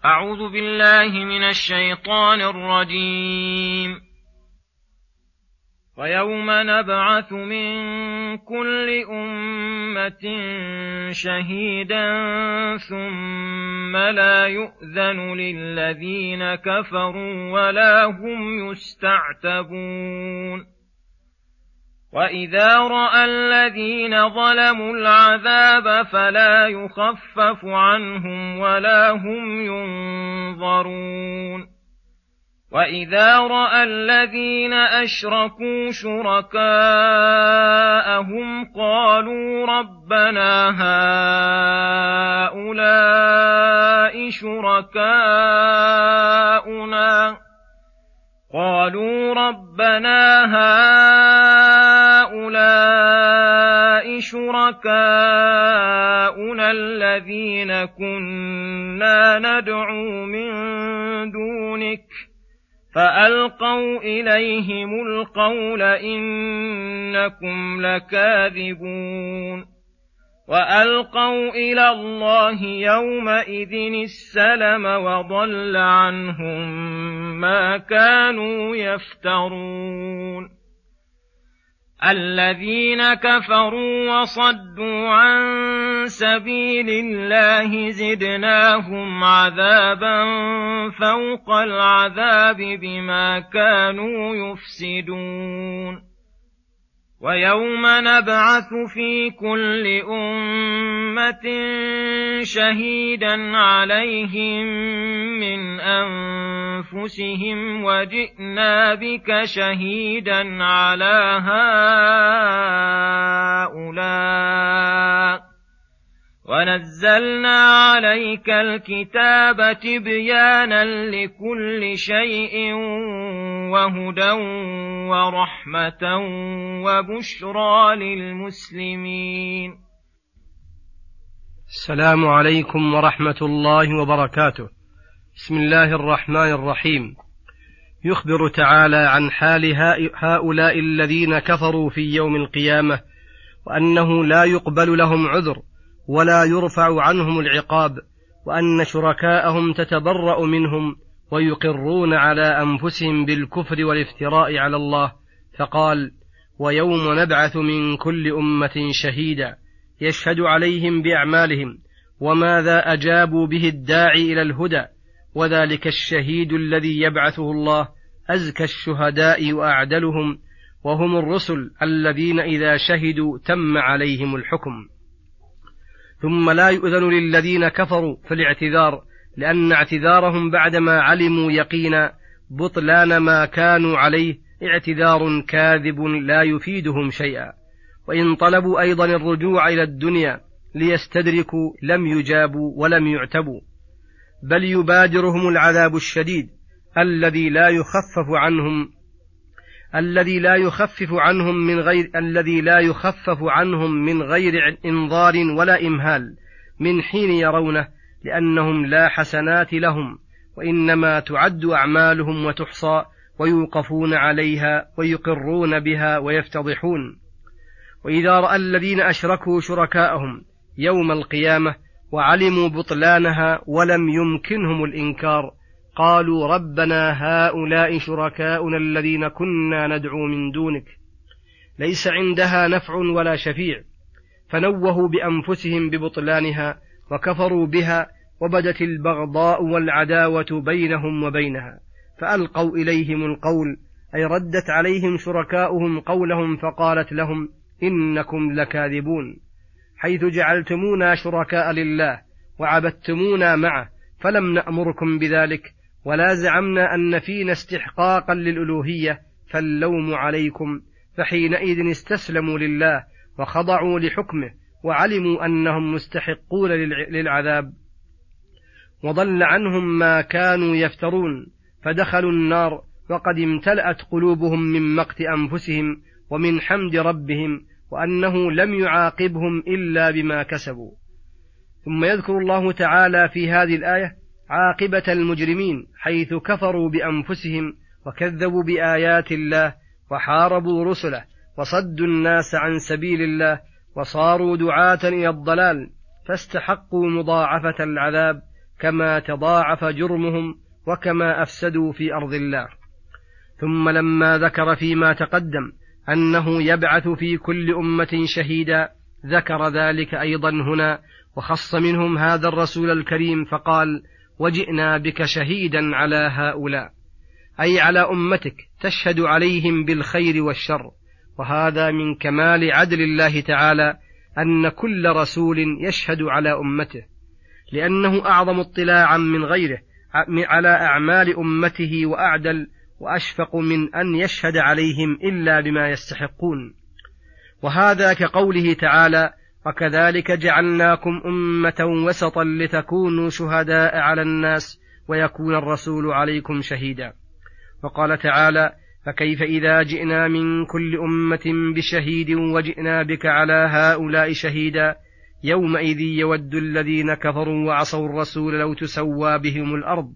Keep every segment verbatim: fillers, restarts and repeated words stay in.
أعوذ بالله من الشيطان الرجيم. ويوم نبعث من كل أمة شهيدا ثم لا يؤذن للذين كفروا ولا هم يستعتبون. وإذا رأى الذين ظلموا العذاب فلا يخفف عنهم ولا هم ينظرون. وإذا رأى الذين أشركوا شركاءهم قالوا ربنا هؤلاء شركاؤنا قالوا ربنا هؤلاء شركاؤنا الذين كنا ندعو من دونك فألقوا إليهم القول إنكم لكاذبون. وألقوا إلى الله يومئذ السلم وضل عنهم ما كانوا يفترون. الذين كفروا وصدوا عن سبيل الله زدناهم عذابا فوق العذاب بما كانوا يفسدون. ويوم نبعث في كل أمة شهيدا عليهم من أنفسهم وجئنا بك شهيدا على هؤلاء ونزلنا عليك الكتاب تبيانا لكل شيء وهدى ورحمة وبشرى للمسلمين. السلام عليكم ورحمة الله وبركاته. بسم الله الرحمن الرحيم. يخبر تعالى عن حال هؤلاء الذين كفروا في يوم القيامة وأنه لا يقبل لهم عذر ولا يرفع عنهم العقاب، وأن شركاءهم تتبرأ منهم ويقرون على أنفسهم بالكفر والافتراء على الله. فقال: ويوم نبعث من كل أمة شهيدا يشهد عليهم بأعمالهم وماذا أجابوا به الداعي إلى الهدى، وذلك الشهيد الذي يبعثه الله أزكى الشهداء وأعدلهم، وهم الرسل الذين إذا شهدوا تم عليهم الحكم. ثم لا يؤذن للذين كفروا في الاعتذار، لأن اعتذارهم بعدما علموا يقينا بطلان ما كانوا عليه اعتذار كاذب لا يفيدهم شيئا. وإن طلبوا أيضا الرجوع إلى الدنيا ليستدركوا لم يجابوا ولم يعتبوا، بل يبادرهم العذاب الشديد الذي لا يخفف عنهم الذي لا يخفف عنهم من غير الذي لا يخفف عنهم من غير إنظار ولا إمهال من حين يرونه، لأنهم لا حسنات لهم، وإنما تعد أعمالهم وتحصى ويوقفون عليها ويقرون بها ويفتضحون. وإذا رأى الذين أشركوا شركاءهم يوم القيامة وعلموا بطلانها ولم يمكنهم الإنكار قالوا ربنا هؤلاء شركاؤنا الذين كنا ندعو من دونك، ليس عندها نفع ولا شفيع، فنوهوا بأنفسهم ببطلانها وكفروا بها، وبدت البغضاء والعداوة بينهم وبينها، فألقوا إليهم القول، أي ردت عليهم شركاؤهم قولهم فقالت لهم إنكم لكاذبون، حيث جعلتمونا شركاء لله وعبدتمونا معه، فلم نأمركم بذلك ولا زعمنا أن فينا استحقاقا للألوهية، فاللوم عليكم. فحينئذ استسلموا لله وخضعوا لحكمه وعلموا أنهم مستحقون للعذاب، وضل عنهم ما كانوا يفترون، فدخلوا النار وقد امتلأت قلوبهم من مقت أنفسهم ومن حمد ربهم، وأنه لم يعاقبهم إلا بما كسبوا. ثم يذكر الله تعالى في هذه الآية عاقبة المجرمين، حيث كفروا بأنفسهم وكذبوا بآيات الله وحاربوا رسله وصدوا الناس عن سبيل الله وصاروا دعاة إلى الضلال، فاستحقوا مضاعفة العذاب، كما تضاعف جرمهم وكما أفسدوا في أرض الله. ثم لما ذكر فيما تقدم أنه يبعث في كل أمة شهيدا ذكر ذلك أيضا هنا، وخص منهم هذا الرسول الكريم فقال: وجئنا بك شهيدا على هؤلاء، أي على أمتك، تشهد عليهم بالخير والشر. وهذا من كمال عدل الله تعالى أن كل رسول يشهد على أمته، لأنه أعظم اطلاعا من غيره على أعمال أمته، وأعدل وأشفق من أن يشهد عليهم إلا بما يستحقون. وهذا كقوله تعالى: وكذلك جعلناكم أمة وسطا لتكونوا شهداء على الناس ويكون الرسول عليكم شهيدا. وقال تعالى: فكيف إذا جئنا من كل أمة بشهيد وجئنا بك على هؤلاء شهيدا يومئذ يود الذين كفروا وعصوا الرسول لو تسوى بهم الأرض.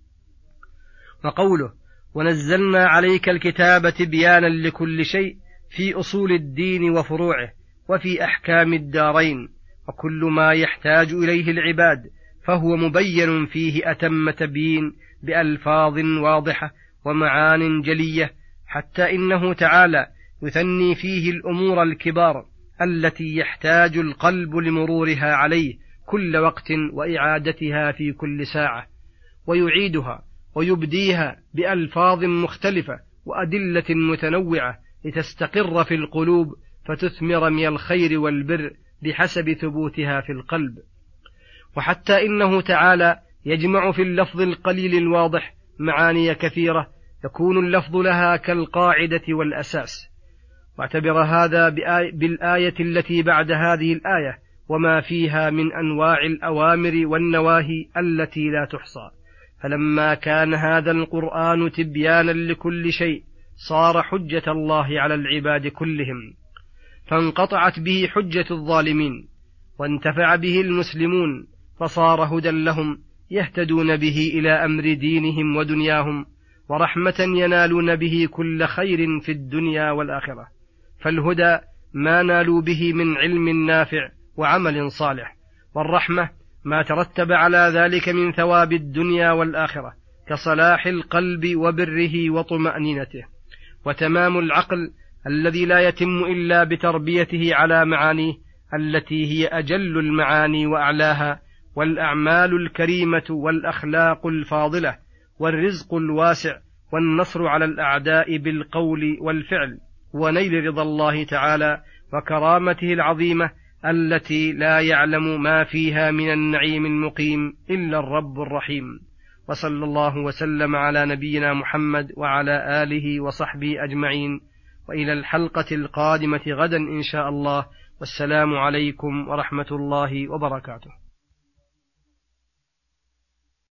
وقوله: ونزلنا عليك الكتاب تبيانا لكل شيء في أصول الدين وفروعه وفي أحكام الدارين، وكل ما يحتاج إليه العباد فهو مبين فيه أتم تبيين بألفاظ واضحة ومعان جلية، حتى إنه تعالى يثني فيه الأمور الكبار التي يحتاج القلب لمرورها عليه كل وقت وإعادتها في كل ساعة، ويعيدها ويبديها بألفاظ مختلفة وأدلة متنوعة لتستقر في القلوب فتثمر من الخير والبر بحسب ثبوتها في القلب. وحتى إنه تعالى يجمع في اللفظ القليل الواضح معاني كثيرة يكون اللفظ لها كالقاعدة والأساس. واعتبر هذا بالآية التي بعد هذه الآية وما فيها من أنواع الأوامر والنواهي التي لا تحصى. فلما كان هذا القرآن تبيانا لكل شيء صار حجة الله على العباد كلهم، فانقطعت به حجة الظالمين، وانتفع به المسلمون، فصار هدى لهم يهتدون به إلى أمر دينهم ودنياهم، ورحمة ينالون به كل خير في الدنيا والآخرة. فالهدى ما نالوا به من علم نافع وعمل صالح، والرحمة ما ترتب على ذلك من ثواب الدنيا والآخرة كصلاح القلب وبره وطمأنينته، وتمام العقل الذي لا يتم إلا بتربيته على معانيه التي هي أجل المعاني وأعلاها، والأعمال الكريمة والأخلاق الفاضلة والرزق الواسع والنصر على الأعداء بالقول والفعل، ونيل رضا الله تعالى وكرامته العظيمة التي لا يعلم ما فيها من النعيم المقيم إلا الرب الرحيم. وصلى الله وسلم على نبينا محمد وعلى آله وصحبه أجمعين، وإلى الحلقة القادمة غدا إن شاء الله، والسلام عليكم ورحمة الله وبركاته.